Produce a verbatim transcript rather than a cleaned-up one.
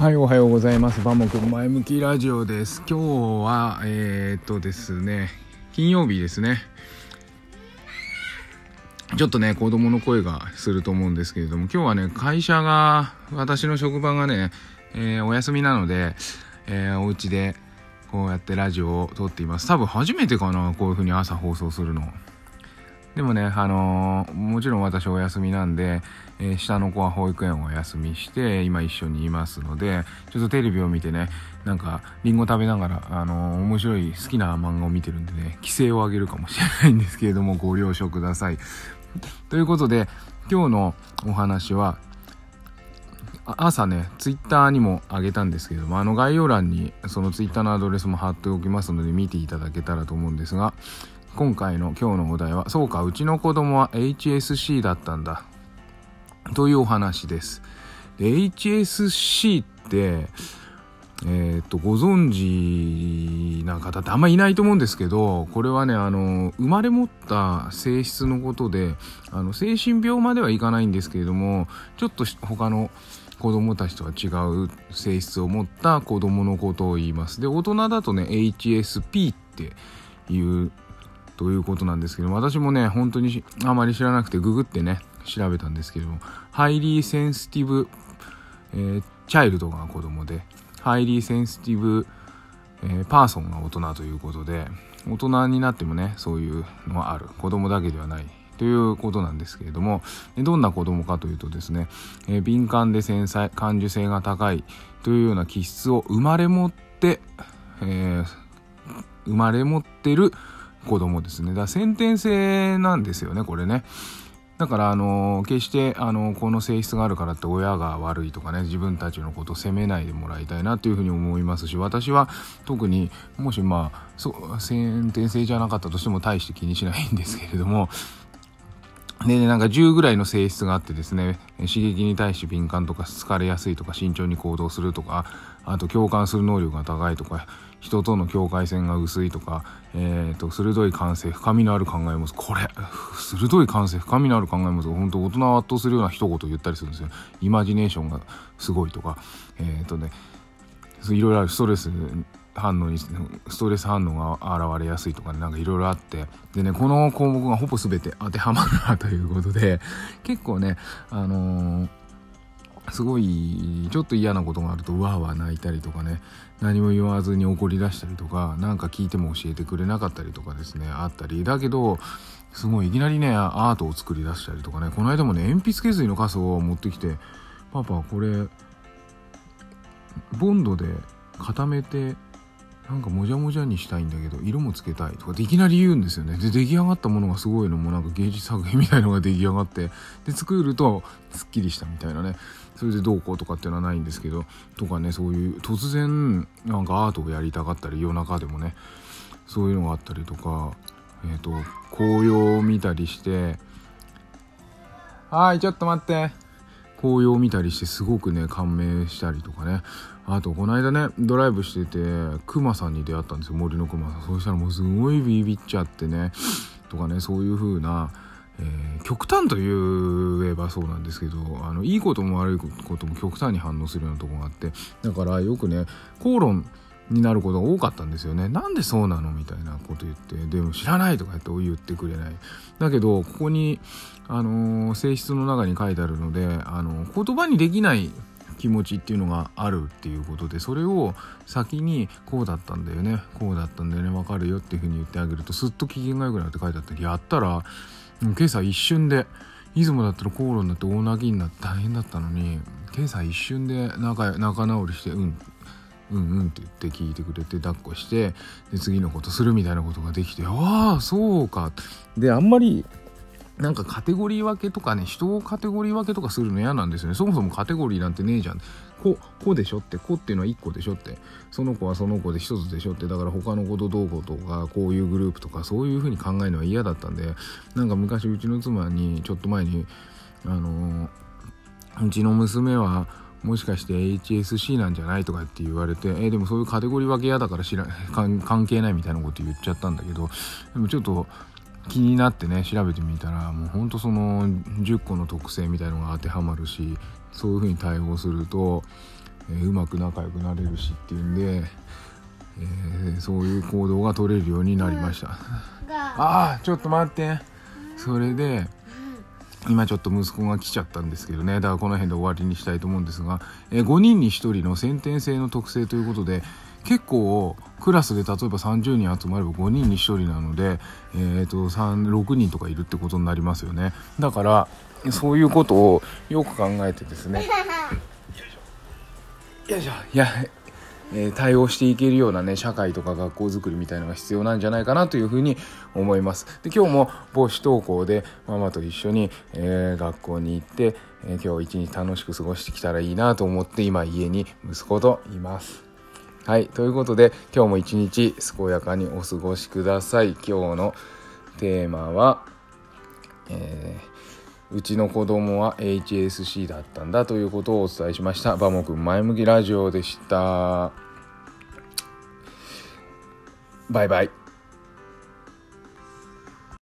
はい、おはようございます。バモくん前向きラジオです。今日はえー、っとですね金曜日ですね。ちょっとね子供の声がすると思うんですけれども、今日はね会社が私の職場がね、えー、お休みなので、えー、お家でこうやってラジオを撮っています。多分初めてかな、こういう風に朝放送するの。でもね、あのー、もちろん私お休みなんで、えー、下の子は保育園をお休みして今一緒にいますので、ちょっとテレビを見てね、なんかリンゴ食べながら、あのー、面白い好きな漫画を見てるんでね、規制を上げるかもしれないんですけれども、ご了承ください。ということで今日のお話は、朝ねツイッターにもあげたんですけれども、あの概要欄にそのツイッターのアドレスも貼っておきますので見ていただけたらと思うんですが、今回の今日のお題は、そうかうちの子供は エイチエスシー だったんだというお話です。で エイチエスシー ってえー、っとご存知な方ってあんまいないと思うんですけど、これはねあの生まれ持った性質のことで、あの精神病まではいかないんですけれども、ちょっと他の子供たちとは違う性質を持った子供のことを言います。で大人だとね エイチエスピー っていうということなんですけども、私もね本当にあまり知らなくてググってね調べたんですけども、ハイリーセンシティブ、えー、チャイルドが子供で、ハイリーセンシティブ、えー、パーソンが大人ということで、大人になってもねそういうのはある、子供だけではないということなんですけれども、どんな子供かというとですね、えー、敏感で繊細、感受性が高いというような気質を生まれ持って、えー、生まれ持ってる子供ですね。だから先天性なんですよね、これね。だからあの決してあのこの性質があるからって親が悪いとかね、自分たちのことを責めないでもらいたいなというふうに思いますし、私は特にもしまあそう先天性じゃなかったとしても大して気にしないんですけれども、で、ね、なんかじゅうぐらいの性質があってですね、刺激に対して敏感とか疲れやすいとか慎重に行動するとか、あと共感する能力が高いとか、人との境界線が薄いとか、えーと鋭い感性、深みのある考えを持つ。これ鋭い感性、深みのある考えを持つ。本当大人を圧倒するような一言を言ったりするんですよ。イマジネーションがすごいとか、えーとねいろいろある。ストレス反応にストレス反応が現れやすいとかね、なんかいろいろあって、でねこの項目がほぼ全て当てはまるなということで、結構ねあのー、すごいちょっと嫌なことがあるとわーわー泣いたりとかね、何も言わずに怒り出したりとか、なんか聞いても教えてくれなかったりとかですね、あったり、だけどすごいいきなりねアートを作り出したりとかね、この間もね鉛筆削りのカスを持ってきて、パパこれボンドで固めてなんかもじゃもじゃにしたいんだけど色もつけたいとかでいきなり言うんですよね。で出来上がったものがすごいのもなんか芸術作品みたいのが出来上がって、で作るとすっきりしたみたいなね、それでどうこうとかっていうのはないんですけど、とかね、そういう突然なんかアートをやりたかったり、夜中でもねそういうのがあったりとか、えっと紅葉を見たりして、はいちょっと待って、紅葉を見たりしてすごくね感銘したりとかね。あとこの間ねドライブしててクマさんに出会ったんですよ、森のクマさん。そうしたらもうすごいビビっちゃってねとかね、そういう風な、えー、極端と言えばそうなんですけど、あのいいことも悪いことも極端に反応するようなところがあって、だからよくね口論になることが多かったんですよね。なんでそうなのみたいなこと言って、でも知らないとか言ってくれない。だけどここにあのー、性質の中に書いてあるので、あのー、言葉にできない気持ちっていうのがあるっていうことで、それを先にこうだったんだよね、こうだったんだよね、わかるよっていう風に言ってあげると、すっと機嫌が良くなるって書いてあったり、やったら今朝一瞬で、いつもだったら口論になって大泣きになって大変だったのに、今朝一瞬で仲仲直りして、うんうんうんって言って聞いてくれて抱っこして、で次のことするみたいなことができて、ああそうか。であんまりなんかカテゴリー分けとかね、人をカテゴリー分けとかするの嫌なんですよね。そもそもカテゴリーなんてねえじゃん。ここでしょって、こっていうのはいっこでしょって、その子はその子でひとつでしょって、だから他の子とどうこうとか、こういうグループとかそういう風に考えるのは嫌だったんで、なんか昔うちの妻にちょっと前にあのー、うちの娘はもしかして エイチエスシー なんじゃないとかって言われて、えー、でもそういうカテゴリー分け嫌だから知ら関係ないみたいなこと言っちゃったんだけど、でもちょっと気になってね調べてみたら、もうほんとそのじゅっこの特性みたいのが当てはまるし、そういう風に対応するとえー、うまく仲良くなれるしっていうんで、えー、そういう行動が取れるようになりました。ああちょっと待って。それで今ちょっと息子が来ちゃったんですけどね、だからこの辺で終わりにしたいと思うんですが、えー、ごにんにひとりの先天性の特性ということで、結構クラスで例えばさんじゅうにん集まればごにんにひとりなので、えー、とろくにんとかいるってことになりますよね。だからそういうことをよく考えてですねよいしょいや、えー、対応していけるようなね社会とか学校づくりみたいなのが必要なんじゃないかなというふうに思います。で今日も母子登校でママと一緒に、えー、学校に行って、えー、今日一日楽しく過ごしてきたらいいなと思って今家に息子といます。はい、ということで今日も一日健やかにお過ごしください。今日のテーマは、えー、うちの子供は エイチエスシー だったんだということをお伝えしました。バモくん前向きラジオでした。バイバイ。